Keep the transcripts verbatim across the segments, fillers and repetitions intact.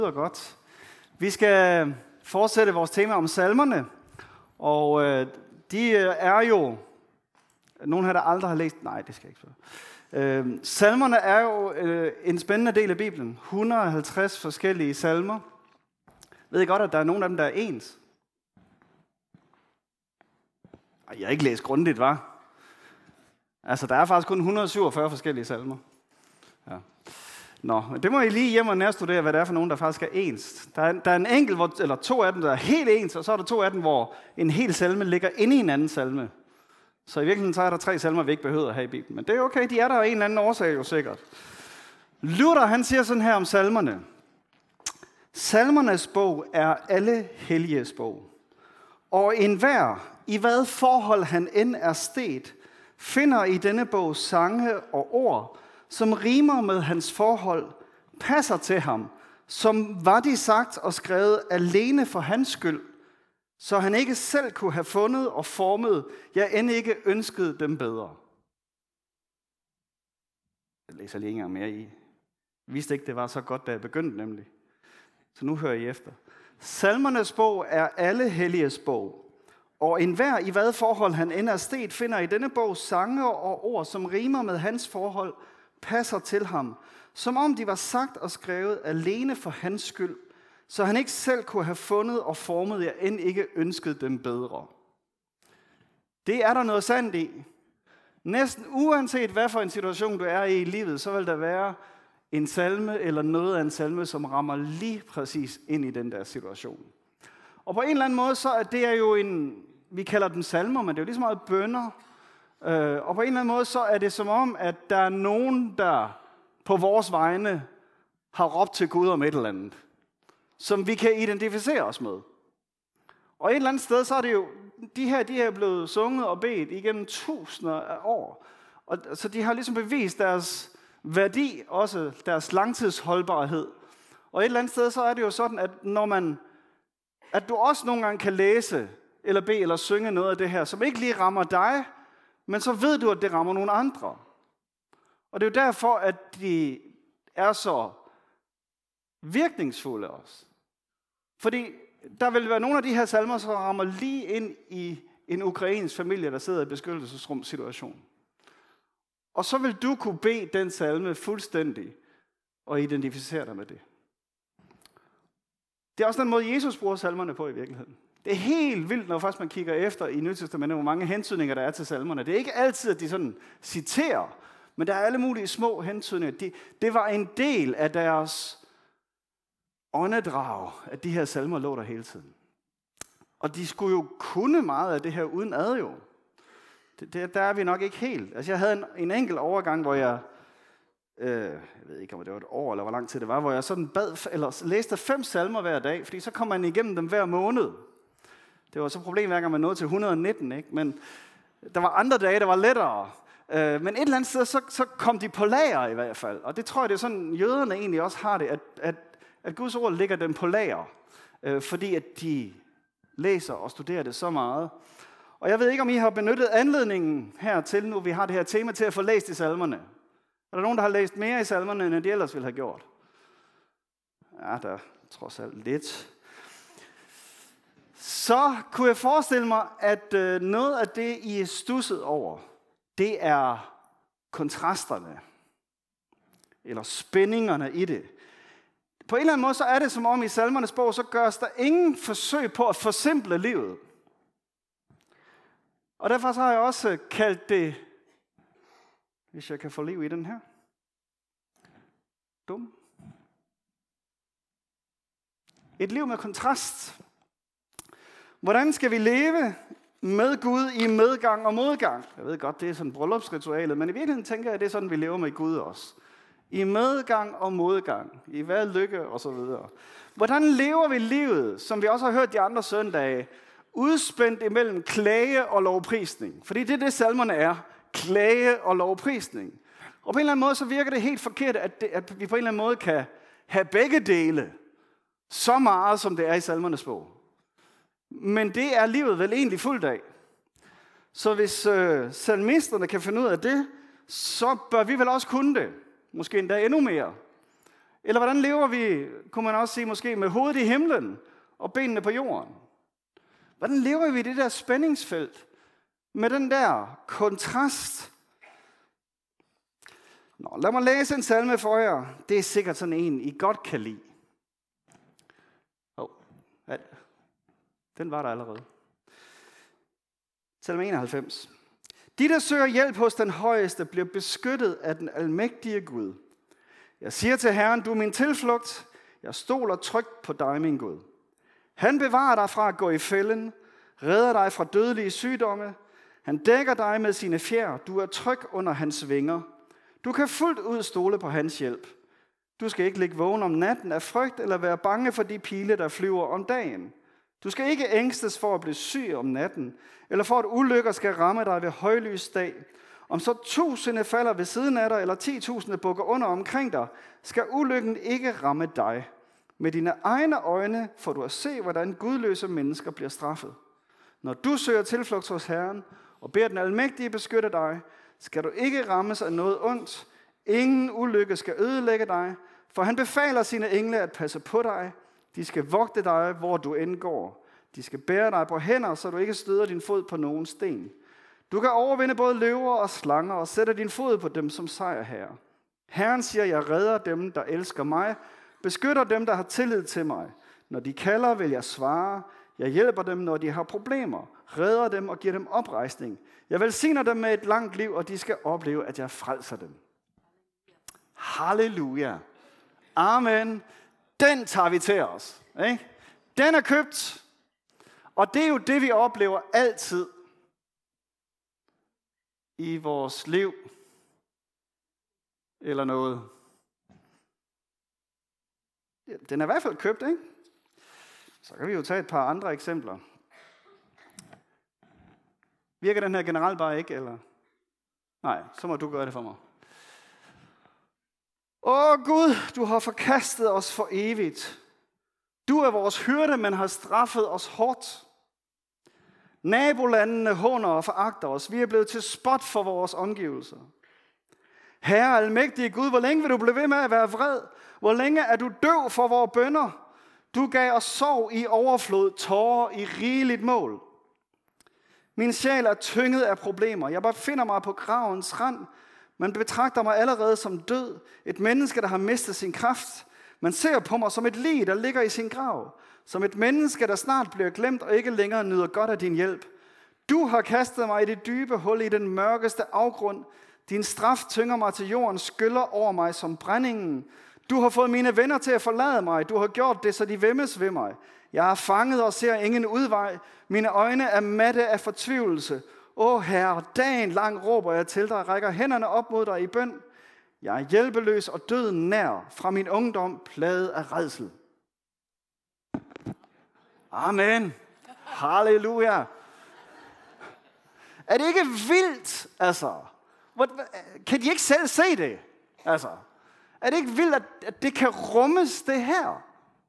Det lyder godt. Vi skal fortsætte vores tema om salmerne, og øh, de er jo, nogen her, der aldrig har læst, nej, det skal jeg ikke spørge. Øh, salmerne er jo øh, en spændende del af Bibelen, et hundrede og halvtreds forskellige salmer. Ved I godt, at der er nogle af dem, der er ens? Jeg har ikke læst grundigt, hva'? Altså, der er faktisk kun et hundrede og syvogfyrre forskellige salmer. Ja. Nå, det må I lige hjem og nærstudere, hvad det er for nogen, der faktisk er ens. Der er, der er en enkelt, hvor, eller to af dem, der er helt ens, og så er der to af dem, hvor en hel salme ligger inde i en anden salme. Så i virkeligheden så er der tre salmer, vi ikke behøver at have i Bibelen. Men det er okay, de er der af en eller anden årsag jo sikkert. Luther, han siger sådan her om salmerne. Salmernes bog er alle helliges bog. Og enhver, i hvad forhold han end er stedt, finder i denne bog sange og ord, som rimer med hans forhold, passer til ham, som var de sagt og skrevet alene for hans skyld, så han ikke selv kunne have fundet og formet, ja end ikke ønskede dem bedre. Jeg læser lige en gang mere i. Jeg vidste ikke, det var så godt, da jeg begyndte nemlig. Så nu hører I efter. Salmernes bog er alle helliges bog. Og enhver i hvad forhold han end er stedt, finder i denne bog sange og ord, som rimer med hans forhold, passer til ham, som om de var sagt og skrevet alene for hans skyld, så han ikke selv kunne have fundet og formet, ja end ikke ønskede dem bedre. Det er der noget sandt i. Næsten uanset hvad for en situation du er i i livet, så vil der være en salme eller noget af en salme, som rammer lige præcis ind i den der situation. Og på en eller anden måde, så er det jo en, vi kalder dem salmer, men det er jo lige så meget bønner. Øh, og på en eller anden måde, så er det som om, at der er nogen, der på vores vegne har råbt til Gud om et eller andet, som vi kan identificere os med. Og et eller andet sted, så er det jo, de her, de er blevet sunget og bedt igennem tusinder af år. Og så de har ligesom bevist deres værdi, også deres langtidsholdbarhed. Og et eller andet sted, så er det jo sådan, at når man at du også nogle gange kan læse, eller bede, eller synge noget af det her, som ikke lige rammer dig, men så ved du, at det rammer nogle andre. Og det er jo derfor, at de er så virkningsfulde også. Fordi der vil være nogle af de her salmer, som rammer lige ind i en ukrainsk familie, der sidder i beskyttelsesrumssituation. Og så vil du kunne bede den salme fuldstændig og identificere dig med det. Det er også den måde, Jesus bruger salmerne på i virkeligheden. Det er helt vildt, når først man kigger efter i Nye Testamentet, hvor mange hentydninger der er til salmerne. Det er ikke altid, at de sådan citerer, men der er alle mulige små hentydninger. De, det var en del af deres åndedrag, at de her salmer lå der hele tiden. Og de skulle jo kunne meget af det her uden ad jo. Det, det, der er vi nok ikke helt. Altså jeg havde en, en enkelt overgang, hvor jeg... Øh, jeg ved ikke, om det var et år, eller hvor lang tid det var, hvor jeg sådan bad, eller læste fem salmer hver dag, fordi så kom man igennem dem hver måned. Det var så problemet, hver gang man nåede til et hundrede og nitten, ikke? Men der var andre dage, der var lettere. Øh, men et eller andet sted, så, så kom de på lager i hvert fald. Og det tror jeg, det er sådan, jøderne egentlig også har det, at, at, at Guds ord ligger dem på lager, øh, fordi at de læser og studerer det så meget. Og jeg ved ikke, om I har benyttet anledningen hertil, nu vi har det her tema til at få læst i salmerne. Er der nogen, der har læst mere i salmerne, end de ellers ville have gjort? Ja, der er trods alt lidt. Så kunne jeg forestille mig, at noget af det, I er stusset over, det er kontrasterne. Eller spændingerne i det. På en eller anden måde, så er det som om i salmernes bog, så gøres der ingen forsøg på at forsimple livet. Og derfor så har jeg også kaldt det, hvis jeg kan få liv i den her. Dum. Et liv med kontrast. Hvordan skal vi leve med Gud i medgang og modgang? Jeg ved godt, det er sådan bryllupsritualet, men i virkeligheden tænker jeg, at det er sådan, vi lever med Gud også. I medgang og modgang. I hvad lykke og så videre. Hvordan lever vi livet, som vi også har hørt de andre søndage, udspændt imellem klage og lovprisning? Fordi det er det, salmerne er. Klage og lovprisning. Og på en eller anden måde, så virker det helt forkert, at, det, at vi på en eller anden måde kan have begge dele så meget, som det er i salmernes bog. Men det er livet vel egentlig fuldt af. Så hvis øh, salmisterne kan finde ud af det, så bør vi vel også kunne det. Måske endda endnu mere. Eller hvordan lever vi, kunne man også sige måske, med hovedet i himlen og benene på jorden? Hvordan lever vi i det der spændingsfelt med den der kontrast? Nå, lad mig læse en salme for jer. Det er sikkert sådan en, I godt kan lide. Åh, oh, den var der allerede. Salme enoghalvfems. De, der søger hjælp hos den højeste, bliver beskyttet af den almægtige Gud. Jeg siger til Herren, du er min tilflugt. Jeg stoler trygt på dig, min Gud. Han bevarer dig fra at gå i fælden, redder dig fra dødelige sygdomme. Han dækker dig med sine fjer. Du er tryg under hans vinger. Du kan fuldt ud stole på hans hjælp. Du skal ikke ligge vågen om natten af frygt eller være bange for de pile, der flyver om dagen. Du skal ikke ængstes for at blive syg om natten, eller for at ulykker skal ramme dig ved højlys dag. Om så tusinde falder ved siden af dig, eller ti tusinde bukker under omkring dig, skal ulykken ikke ramme dig. Med dine egne øjne får du at se, hvordan gudløse mennesker bliver straffet. Når du søger tilflugt hos Herren, og beder den almægtige beskytte dig, skal du ikke rammes af noget ondt. Ingen ulykke skal ødelægge dig, for han befaler sine engle at passe på dig. De skal vogte dig, hvor du end går. De skal bære dig på hænder, så du ikke støder din fod på nogen sten. Du kan overvinde både løver og slanger og sætte din fod på dem som sejrherre. Herren siger, jeg redder dem, der elsker mig, beskytter dem, der har tillid til mig. Når de kalder, vil jeg svare. Jeg hjælper dem, når de har problemer, redder dem og giver dem oprejsning. Jeg velsigner dem med et langt liv, og de skal opleve, at jeg frelser dem. Halleluja. Amen. Den tager vi til os. Ikke? Den er købt. Og det er jo det, vi oplever altid i vores liv. Eller noget. Den er i hvert fald købt, ikke? Så kan vi jo tage et par andre eksempler. Virker den her generelt bare ikke, eller? Nej, så må du gøre det for mig. Åh Gud, du har forkastet os for evigt. Du er vores hyrde, men har straffet os hårdt. Nabolandene håner og foragter os. Vi er blevet til spot for vores omgivelser. Herre almægtige Gud, hvor længe vil du blive ved med at være vred? Hvor længe er du døv for vores bønner? Du gav os sorg i overflod, tårer i rigeligt mål. Min sjæl er tynget af problemer. Jeg befinder mig på gravens rand. Man betragter mig allerede som død. Et menneske, der har mistet sin kraft. Man ser på mig som et lig, der ligger i sin grav. Som et menneske, der snart bliver glemt og ikke længere nyder godt af din hjælp. Du har kastet mig i det dybe hul i den mørkeste afgrund. Din straf tynger mig til jorden, skyller over mig som brændingen. Du har fået mine venner til at forlade mig. Du har gjort det, så de væmmes ved mig. Jeg er fanget og ser ingen udvej. Mine øjne er matte af fortvivlelse. Åh Herre, dagen lang råber jeg til dig, rækker hænderne op mod dig i bøn. Jeg er hjælpeløs og døden nær, fra min ungdom plaget af rædsel. Amen. Halleluja. Er det ikke vildt, altså? Kan de ikke selv se det? Altså, er det ikke vildt, at det kan rummes, det her?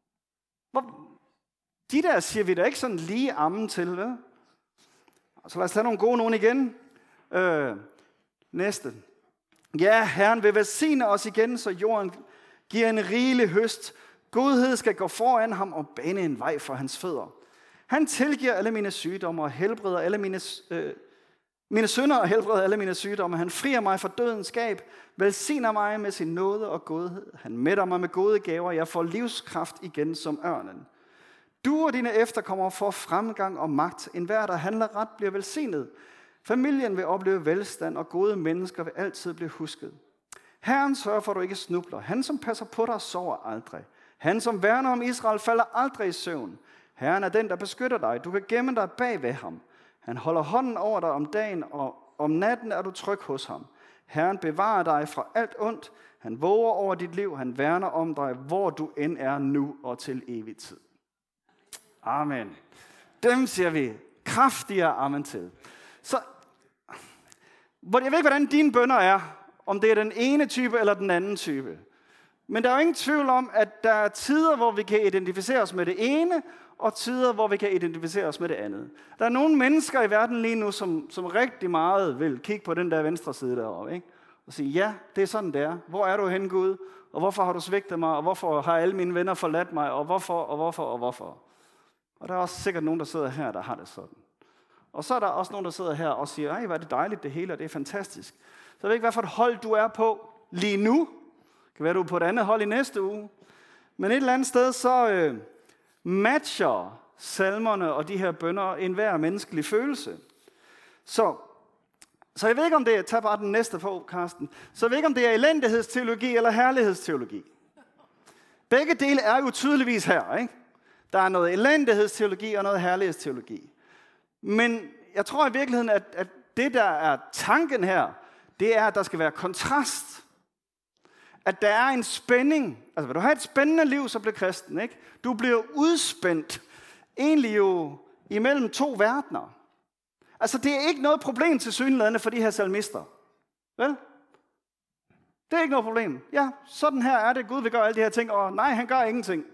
De der siger vi da ikke sådan lige ammen til, vel? Så lad os tage nogle gode nogen igen. Øh, næste. Ja, Herren vil velsigne os igen, så jorden giver en rigelig høst. Godhed skal gå foran ham og bane en vej for hans fødder. Han tilgiver alle mine sygdomme og helbreder alle mine, øh, mine synder og helbreder alle mine sygdomme. Han frier mig fra dødens skab, velsigner mig med sin nåde og godhed. Han mætter mig med gode gaver. Jeg får livskraft igen som ørnen. Du og dine efterkommere får fremgang og magt. En hver, der handler ret, bliver velsignet. Familien vil opleve velstand, og gode mennesker vil altid blive husket. Herren sørger for, at du ikke snubler. Han, som passer på dig, sover aldrig. Han, som værner om Israel, falder aldrig i søvn. Herren er den, der beskytter dig. Du kan gemme dig bag ved ham. Han holder hånden over dig om dagen, og om natten er du tryg hos ham. Herren bevarer dig fra alt ondt. Han våger over dit liv. Han værner om dig, hvor du end er nu og til evig tid. Amen. Dem siger vi kraftigere amen til. Så, jeg ved ikke, hvordan dine bønner er, om det er den ene type eller den anden type. Men der er jo ingen tvivl om, at der er tider, hvor vi kan identificere os med det ene, og tider, hvor vi kan identificere os med det andet. Der er nogle mennesker i verden lige nu, som, som rigtig meget vil kigge på den der venstre side deroppe, ikke? Og sige, ja, det er sådan, det er. Hvor er du henne, Gud? og hvorfor har du svigtet mig, og hvorfor har alle mine venner forladt mig, og hvorfor, og hvorfor, og hvorfor. Og der er også sikkert nogen, der sidder her, der har det sådan. Og så er der også nogen, der sidder her og siger, ej, hvor er det dejligt det hele, og det er fantastisk. Så jeg ved ikke, hvad for et hold du er på lige nu. Det kan være, du er på et andet hold i næste uge. Men et eller andet sted, så øh, matcher salmerne og de her bønner enhver menneskelig følelse. Så, så jeg ved ikke, om det er, tag bare den næste på, Karsten. Så jeg ved ikke, om det er elendighedsteologi eller herlighedsteologi. Begge dele er jo tydeligvis her, ikke? Der er noget elendighedsteologi og noget herlighedsteologi. Men jeg tror i virkeligheden, at, at det, der er tanken her, det er, at der skal være kontrast. At der er en spænding. Altså, vil du have et spændende liv, så bliver kristen, ikke? Du bliver udspændt, egentlig jo imellem to verdener. Altså, det er ikke noget problem til synlædende for de her salmister. Vel? Det er ikke noget problem. Ja, sådan her er det. Gud vil gøre alle de her ting, og nej, han gør ingenting.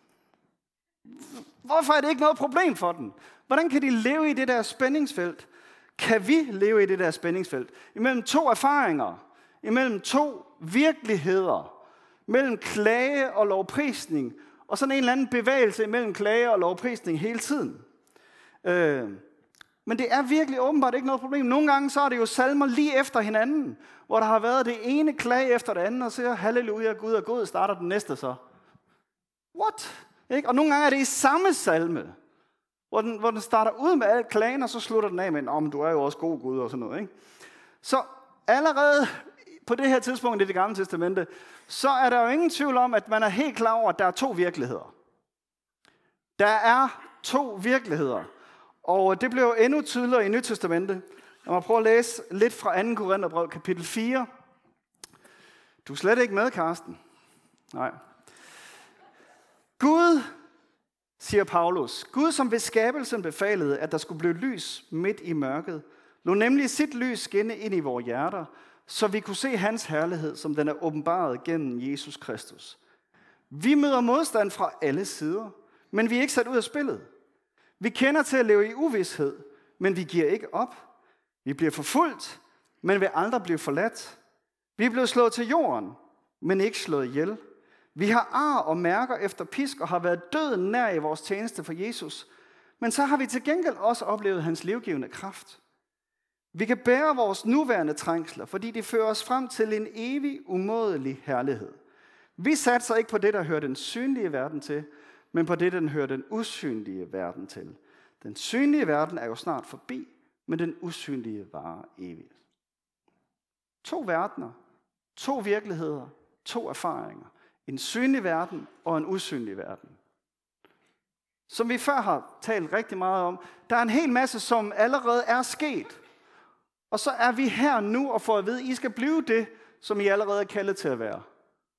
Hvorfor er det ikke noget problem for dem? Hvordan kan de leve i det der spændingsfelt? Kan vi leve i det der spændingsfelt? Imellem to erfaringer, imellem to virkeligheder, mellem klage og lovprisning, og sådan en eller anden bevægelse imellem klage og lovprisning hele tiden. Øh, men det er virkelig åbenbart ikke noget problem. Nogle gange så er det jo salmer lige efter hinanden, hvor der har været det ene klage efter det andet, og så halleluja, Gud er god, starter den næste så. What? Ikke? Og nogle gange er det i samme salme, hvor den, hvor den starter ud med al klagen, og så slutter den af med, om du er jo også god Gud og sådan noget. Ikke? Så allerede på det her tidspunkt i Det Gamle Testamente, så er der jo ingen tvivl om, at man er helt klar over, at der er to virkeligheder. Der er to virkeligheder. Og det blev endnu tydeligere i Nyt Testamente. Jeg må prøve at læse lidt fra anden Korintherbrev, kapitel fire. Du er slet ikke med, Karsten. Nej. Gud, siger Paulus, Gud som ved skabelsen befalede, at der skulle blive lys midt i mørket, lod nemlig sit lys skinne ind i vores hjerter, så vi kunne se hans herlighed, som den er åbenbaret gennem Jesus Kristus. Vi møder modstand fra alle sider, men vi er ikke sat ud af spillet. Vi kender til at leve i uvished, men vi giver ikke op. Vi bliver forfulgt, men vil aldrig blive forladt. Vi er blevet slået til jorden, men ikke slået ihjel. Vi har ar og mærker efter pisk og har været døden nær i vores tjeneste for Jesus. Men så har vi til gengæld også oplevet hans livgivende kraft. Vi kan bære vores nuværende trængsler, fordi de fører os frem til en evig, umådelig herlighed. Vi satser ikke på det, der hører den synlige verden til, men på det, den hører den usynlige verden til. Den synlige verden er jo snart forbi, men den usynlige varer evigt. To verdener, to virkeligheder, to erfaringer. En synlig verden og en usynlig verden. Som vi før har talt rigtig meget om, der er en hel masse, som allerede er sket. Og så er vi her nu og får at vide, at I skal blive det, som I allerede er kaldet til at være.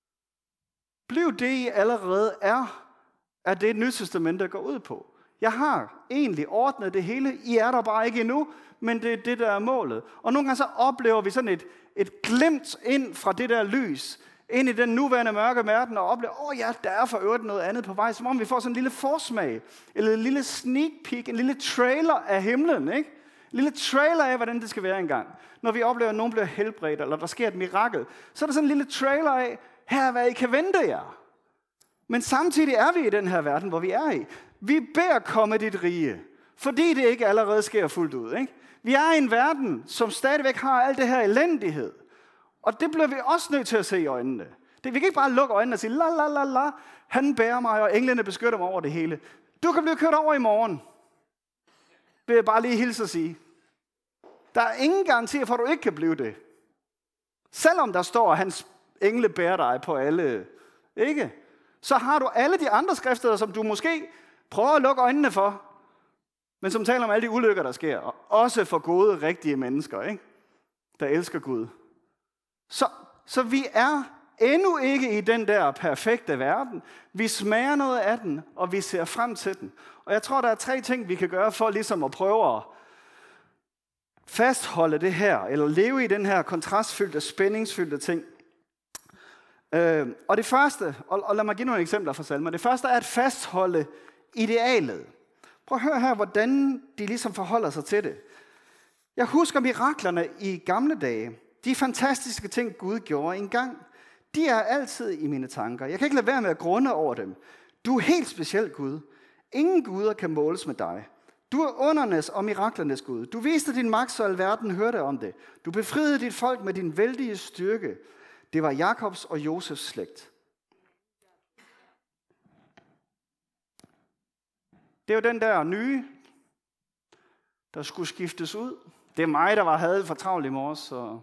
Bliv det, I allerede er, er det Nyt Testamente går ud på. Jeg har egentlig ordnet det hele. I er der bare ikke endnu, men det er det, der er målet. Og nogle gange så oplever vi sådan et, et glimt ind fra det der lys, ind i den nuværende mørke verden, og oplever, åh oh ja, der er for øvrigt noget andet på vej, som om vi får sådan en lille forsmag, eller en lille sneak peek, en lille trailer af himlen, ikke? En lille trailer af, hvordan det skal være engang. Når vi oplever, at nogen bliver helbredt, eller der sker et mirakel, så er der sådan en lille trailer af, her er, hvad I kan vente jer. Men samtidig er vi i den her verden, hvor vi er i. Vi beder komme dit rige, fordi det ikke allerede sker fuldt ud, ikke? Vi er i en verden, som stadigvæk har alt det her elendighed. Og det bliver vi også nødt til at se i øjnene. Det, vi kan ikke bare lukke øjnene og sige, la la la la, han bærer mig, og englene beskytter mig over det hele. Du kan blive kørt over i morgen. Det vil jeg bare lige hilse at sige. Der er ingen garanti for, at du ikke kan blive det. Selvom der står, at hans engle bærer dig på alle, ikke? Så har du alle de andre skriftsteder, som du måske prøver at lukke øjnene for, men som taler om alle de ulykker, der sker. Og også for gode, rigtige mennesker, ikke? Der elsker Gud. Så, så vi er endnu ikke i den der perfekte verden. Vi smager noget af den, og vi ser frem til den. Og jeg tror, der er tre ting, vi kan gøre for ligesom at prøve at fastholde det her, eller leve i den her kontrastfyldte, spændingsfyldte ting. Øh, og det første, og, og lad mig give nogle eksempler fra salmer. Det første er at fastholde idealet. Prøv at høre her, hvordan de ligesom forholder sig til det. Jeg husker miraklerne i gamle dage. De fantastiske ting, Gud gjorde engang. De er altid i mine tanker. Jeg kan ikke lade være med at grunde over dem. Du er helt speciel, Gud. Ingen guder kan måles med dig. Du er undernes og miraklernes Gud. Du viste din magt, så alverden hørte om det. Du befriede dit folk med din vældige styrke. Det var Jakobs og Josefs slægt. Det er jo den der nye, der skulle skiftes ud. Det er mig, der var havde for travlt i morges. Så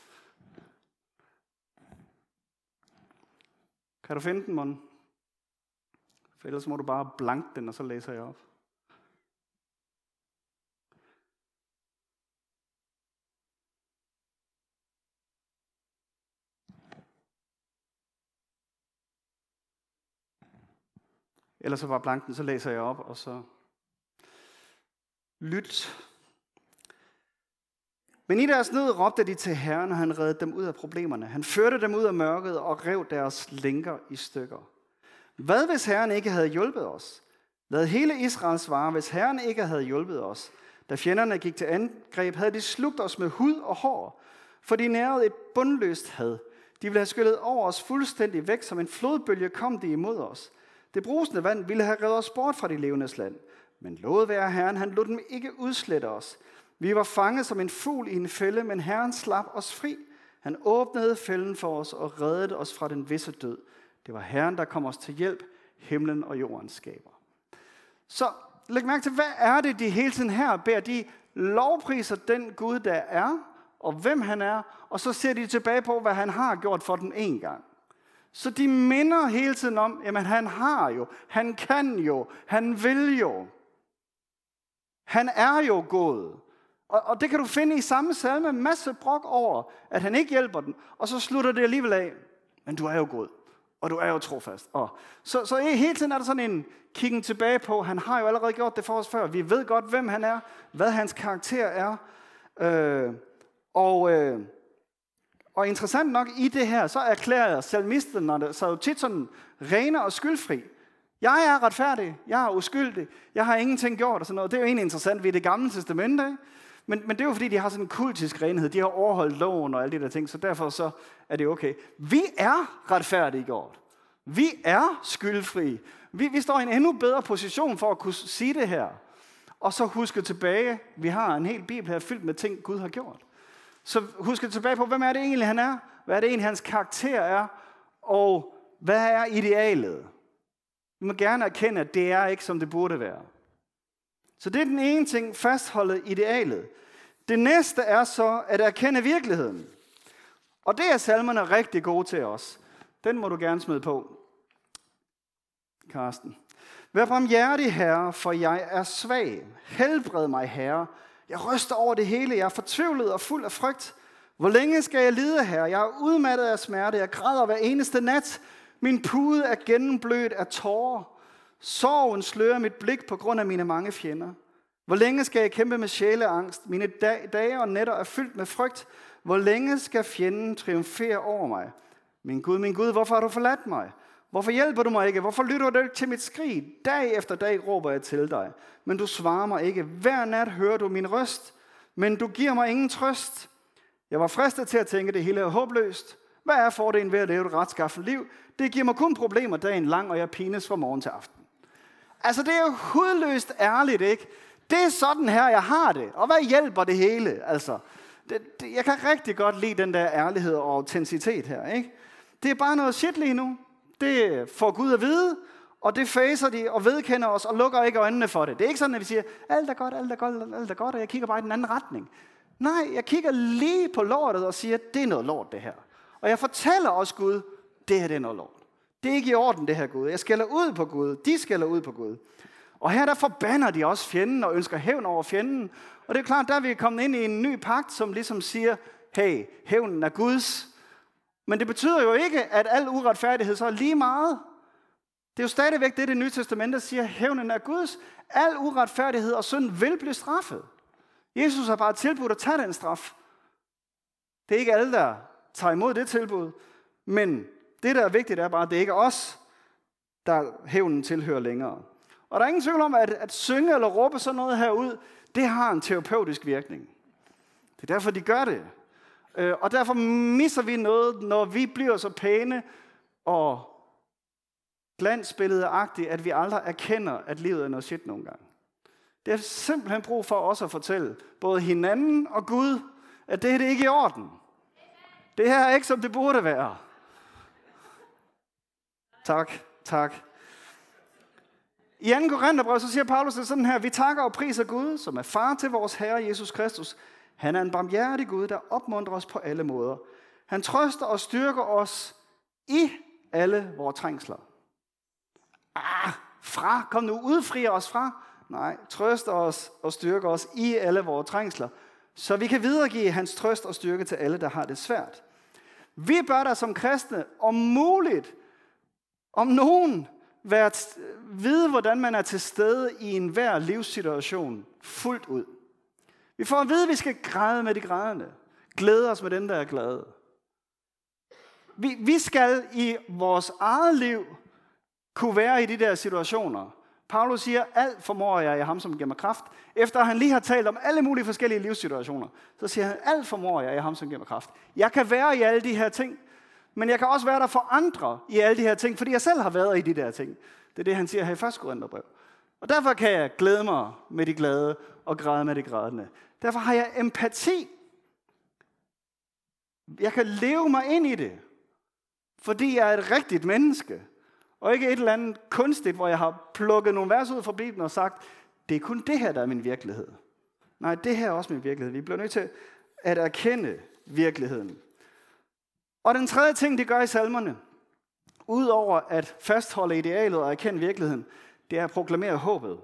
kan du finde den, Mon? For ellers må du bare blanke den, og så læser jeg op. Ellers så bare blank den, så læser jeg op, og så lyt. Men i deres nød råbte de til Herren, og han reddede dem ud af problemerne. Han førte dem ud af mørket og rev deres lænker i stykker. Hvad hvis Herren ikke havde hjulpet os? Lad hele Israel svare, hvis Herren ikke havde hjulpet os. Da fjenderne gik til angreb, havde de slugt os med hud og hår, for de nærede et bundløst had. De ville have skyllet over os fuldstændig væk, som en flodbølge kom de imod os. Det brusende vand ville have revet os bort fra de levendes land. Men lovet være Herren, han lod dem ikke udslette os. Vi var fanget som en fugl i en fælde, men Herren slap os fri. Han åbnede fælden for os og reddede os fra den visse død. Det var Herren, der kom os til hjælp, himlen og jorden skaber. Så læg mærke til, hvad er det, de hele tiden her beder? De lovpriser den Gud, der er, og hvem han er, og så ser de tilbage på, hvad han har gjort for dem en gang. Så de minder hele tiden om, jamen han har jo, han kan jo, han vil jo. Han er jo god. Og, og det kan du finde i samme salme, en masse brok over, at han ikke hjælper den, og så slutter det alligevel af. Men du er jo god, og du er jo trofast. Og så, så hele tiden er der sådan en kiggen tilbage på, han har jo allerede gjort det for os før. Vi ved godt, hvem han er, hvad hans karakter er. Øh, og... Øh, Og interessant nok i det her, så erklærer salmisten, når det så jo tit sådan rene og skyldfri. Jeg er retfærdig, jeg er uskyldig, jeg har ingenting gjort og sådan noget. Det er jo egentlig interessant ved det gamle testamente, ikke? Men, men det er jo fordi, de har sådan en kultisk renhed, de har overholdt loven og alle de der ting, så derfor så er det okay. Vi er retfærdige gjort. Vi er skyldfri. Vi, vi står i en endnu bedre position for at kunne sige det her. Og så huske tilbage, vi har en hel bibel her fyldt med ting, Gud har gjort. Så husk tilbage på, hvem er det egentlig, han er? Hvad er det egentlig, hans karakter er? Og hvad er idealet? Vi må gerne erkende, at det er ikke, som det burde være. Så det er den ene ting, fastholde idealet. Det næste er så at erkende virkeligheden. Og det er salmerne rigtig gode til os. Den må du gerne smide på, Karsten. Vær barmhjertig, Herre, for jeg er svag. Helbred mig, Herre. Jeg ryster over det hele. Jeg er fortvivlet og fuld af frygt. Hvor længe skal jeg lide, Herre? Jeg er udmattet af smerte. Jeg græder hver eneste nat. Min pude er gennemblødt af tårer. Sorgen slører mit blik på grund af mine mange fjender. Hvor længe skal jeg kæmpe med sjæleangst? Mine dage og nætter er fyldt med frygt. Hvor længe skal fjenden triumfere over mig? Min Gud, min Gud, hvorfor har du forladt mig? Hvorfor hjælper du mig ikke? Hvorfor lytter du ikke til mit skrig? Dag efter dag råber jeg til dig, men du svarer mig ikke. Hver nat hører du min røst, men du giver mig ingen trøst. Jeg var fristet til at tænke, det hele er håbløst. Hvad er fordelen ved at leve et retskaffent liv? Det giver mig kun problemer dagen lang, og jeg pines fra morgen til aften. Altså, det er jo hudløst ærligt, ikke? Det er sådan her, jeg har det. Og hvad hjælper det hele? Altså, det, det, jeg kan rigtig godt lide den der ærlighed og autenticitet her, ikke? Det er bare noget shit lige nu. Det får Gud at vide, og det facer de og vedkender os og lukker ikke øjnene for det. Det er ikke sådan, at vi siger, alt er godt, alt er godt, alt er godt, og jeg kigger bare i den anden retning. Nej, jeg kigger lige på lortet og siger, det er noget lort det her. Og jeg fortæller også Gud, det her det er noget lort. Det er ikke i orden det her Gud. Jeg skælder ud på Gud. De skælder ud på Gud. Og her der forbander de også fjenden og ønsker hævn over fjenden. Og det er klart, der er vi kommet ind i en ny pagt, som ligesom siger, hey, hævnen er Guds. Men det betyder jo ikke, at al uretfærdighed så er lige meget. Det er jo stadigvæk det, det nye testamente siger, hævnen er Guds. Al uretfærdighed og synd vil blive straffet. Jesus har bare tilbudt at tage den straf. Det er ikke alle, der tager imod det tilbud. Men det, der er vigtigt, er bare, at det ikke er os, der hævnen tilhører længere. Og der er ingen tvivl om, at, at synge eller råbe sådan noget herud, det har en terapeutisk virkning. Det er derfor, de gør det. Øh, og derfor misser vi noget, når vi bliver så pæne og glansbilledeagtige, at vi aldrig erkender, at livet er noget shit nogle gange. Det er simpelthen brug for os at fortælle både hinanden og Gud, at det her det er ikke i orden. Det her er ikke, som det burde være. Tak, tak. I anden Korintherbrev, så siger Paulus det sådan her: vi takker og priser Gud, som er far til vores Herre Jesus Kristus. Han er en barmhjertig Gud, der opmuntrer os på alle måder. Han trøster og styrker os i alle vores trængsler. Ah, fra, kom nu, udfri os fra. Nej, trøster os og styrker os i alle vores trængsler, så vi kan videregive hans trøst og styrke til alle, der har det svært. Vi bør da som kristne, om muligt, om nogen, være t- vide, hvordan man er til stede i enhver livssituation fuldt ud. Vi får at vide, at vi skal græde med de grædende. Glæde os med den, der er glade. Vi, vi skal i vores eget liv kunne være i de der situationer. Paulus siger, alt formår jeg i ham, som giver mig kraft. Efter han lige har talt om alle mulige forskellige livssituationer, så siger han, alt formår jeg i ham, som giver mig kraft. Jeg kan være i alle de her ting, men jeg kan også være der for andre i alle de her ting, fordi jeg selv har været i de der ting. Det er det, han siger her i første Korintherbrev. Og derfor kan jeg glæde mig med de glade og græde med de grædende. Derfor har jeg empati. Jeg kan leve mig ind i det, fordi jeg er et rigtigt menneske. Og ikke et eller andet kunstigt, hvor jeg har plukket nogle vers ud fra Bibelen og sagt, det er kun det her, der er min virkelighed. Nej, det her er også min virkelighed. Vi bliver nødt til at erkende virkeligheden. Og den tredje ting, det gør i salmerne, udover at fastholde idealet og erkende virkeligheden, det er at proklamere håbet.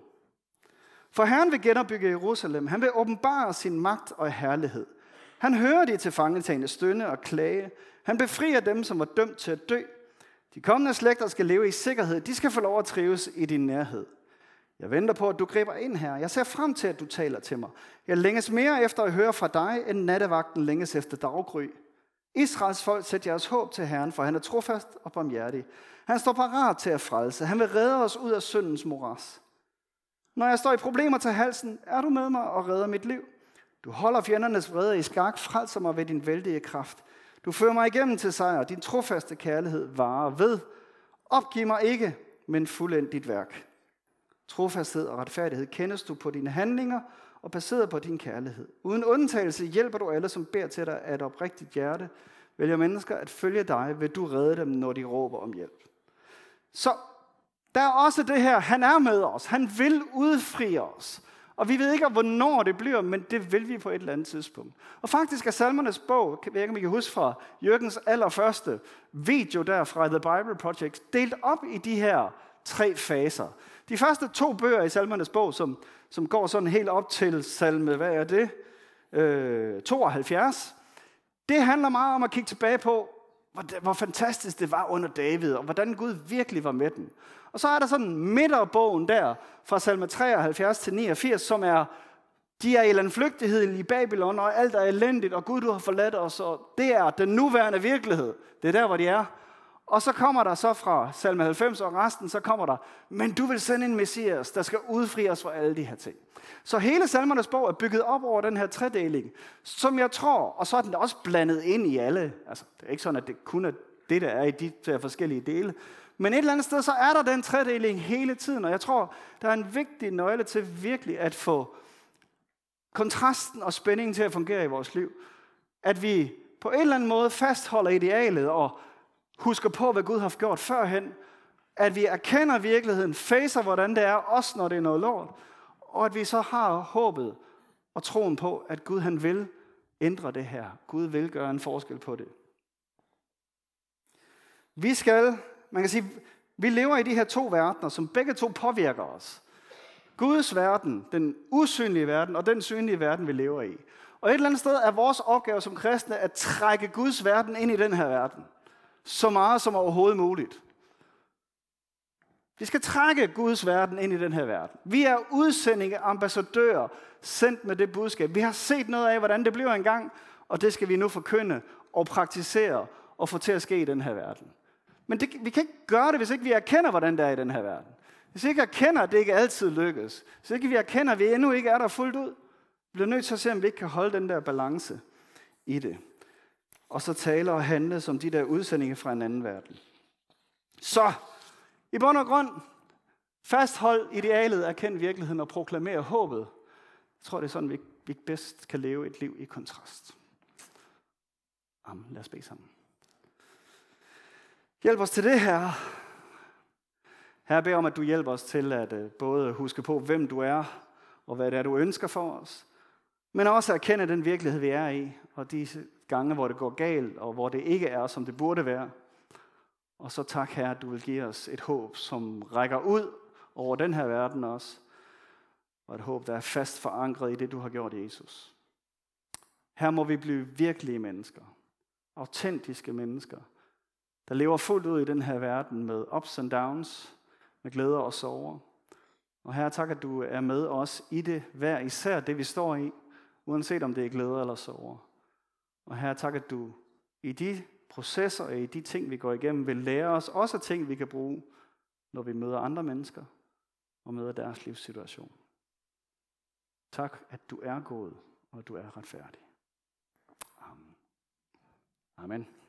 For Herren vil genopbygge Jerusalem. Han vil åbenbare sin magt og herlighed. Han hører de tilfangetagne stønne og klage. Han befrier dem, som var dømt til at dø. De kommende slægter skal leve i sikkerhed. De skal få lov at trives i din nærhed. Jeg venter på, at du griber ind her. Jeg ser frem til, at du taler til mig. Jeg længes mere efter at høre fra dig, end nattevagten længes efter daggry. Israels folk, sæt jeres håb til Herren, for han er trofast og barmhjertig. Han står parat til at frelse. Han vil redde os ud af syndens moras. Når jeg står i problemer til halsen, er du med mig og redder mit liv. Du holder fjendernes vrede i skak, frelser mig ved din vældige kraft. Du fører mig igennem til sejr, din trofaste kærlighed varer ved. Opgiv mig ikke, men fuldend dit værk. Trofasthed og retfærdighed kendes du på dine handlinger og baseret på din kærlighed. Uden undtagelse hjælper du alle, som beder til dig af et oprigtigt hjerte. Vælger mennesker at følge dig, vil du redde dem, når de råber om hjælp. Så der er også det her, han er med os. Han vil udfri os. Og vi ved ikke, hvornår det bliver, men det vil vi på et eller andet tidspunkt. Og faktisk er Salmernes bog, jeg ved ikke, om I kan huske fra Jørgens allerførste video der fra The Bible Project, delt op i de her tre faser. De første to bøger i Salmernes bog, som, som går sådan helt op til salme, hvad er det? Øh, tooghalvfjerds. Det handler meget om at kigge tilbage på, hvor, hvor fantastisk det var under David, og hvordan Gud virkelig var med den. Og så er der sådan midterbogen der, fra salme treoghalvfjerds til niogfirs, som er, de er i landflygtighed i Babylon, og alt er elendigt, og Gud, du har forladt os, og det er den nuværende virkelighed. Det er der, hvor de er. Og så kommer der så fra salme halvfems og resten, så kommer der, men du vil sende en messias, der skal udfri os fra alle de her ting. Så hele Salmernes bog er bygget op over den her tredeling, som jeg tror, og så er den også blandet ind i alle. Altså, det er ikke sådan, at det kun er det, der er i de der forskellige dele. Men et eller andet sted, så er der den tredeling hele tiden, og jeg tror, der er en vigtig nøgle til virkelig at få kontrasten og spændingen til at fungere i vores liv. At vi på en eller anden måde fastholder idealet og husker på, hvad Gud har gjort førhen. At vi erkender virkeligheden, facer, hvordan det er, også når det er noget lort. Og at vi så har håbet og troen på, at Gud han vil ændre det her. Gud vil gøre en forskel på det. Vi skal, man kan sige, vi lever i de her to verdener, som begge to påvirker os. Guds verden, den usynlige verden, og den synlige verden, vi lever i. Og et eller andet sted er vores opgave som kristne at trække Guds verden ind i den her verden. Så meget som overhovedet muligt. Vi skal trække Guds verden ind i den her verden. Vi er udsendinge, ambassadører, sendt med det budskab. Vi har set noget af, hvordan det bliver engang, og det skal vi nu forkynde og praktisere og få til at ske i den her verden. Men det, vi kan ikke gøre det, hvis ikke vi erkender, hvordan det er i den her verden. Hvis vi ikke erkender, at det ikke altid lykkes. Hvis ikke vi erkender, at vi endnu ikke er der fuldt ud. Vi bliver nødt til at se, om vi ikke kan holde den der balance i det. og så tale og handle som de der udsendinger fra en anden verden. Så, i bund og grund, fasthold idealet, erkend virkeligheden og proklamere håbet. Jeg tror, det er sådan, vi, vi bedst kan leve et liv i kontrast. Amen. Lad os bede sammen. Hjælp os til det her. Herre, jeg beder om, at du hjælper os til at både huske på, hvem du er, og hvad det er, du ønsker for os, men også at erkende den virkelighed, vi er i, og de gange, hvor det går galt, og hvor det ikke er, som det burde være. Og så tak, Herre, at du vil give os et håb, som rækker ud over den her verden også, og et håb, der er fast forankret i det, du har gjort, Jesus. Her må vi blive virkelige mennesker, autentiske mennesker, der lever fuldt ud i den her verden med ups and downs, med glæder og sorger. Og Herre, tak, at du er med os i det, hver især det, vi står i, uanset om det er glæder eller sorger. Og Herre, tak, at du i de processer og i de ting, vi går igennem, vil lære os også ting, vi kan bruge, når vi møder andre mennesker og møder deres livssituation. Tak, at du er god, og du er retfærdig. Amen. Amen.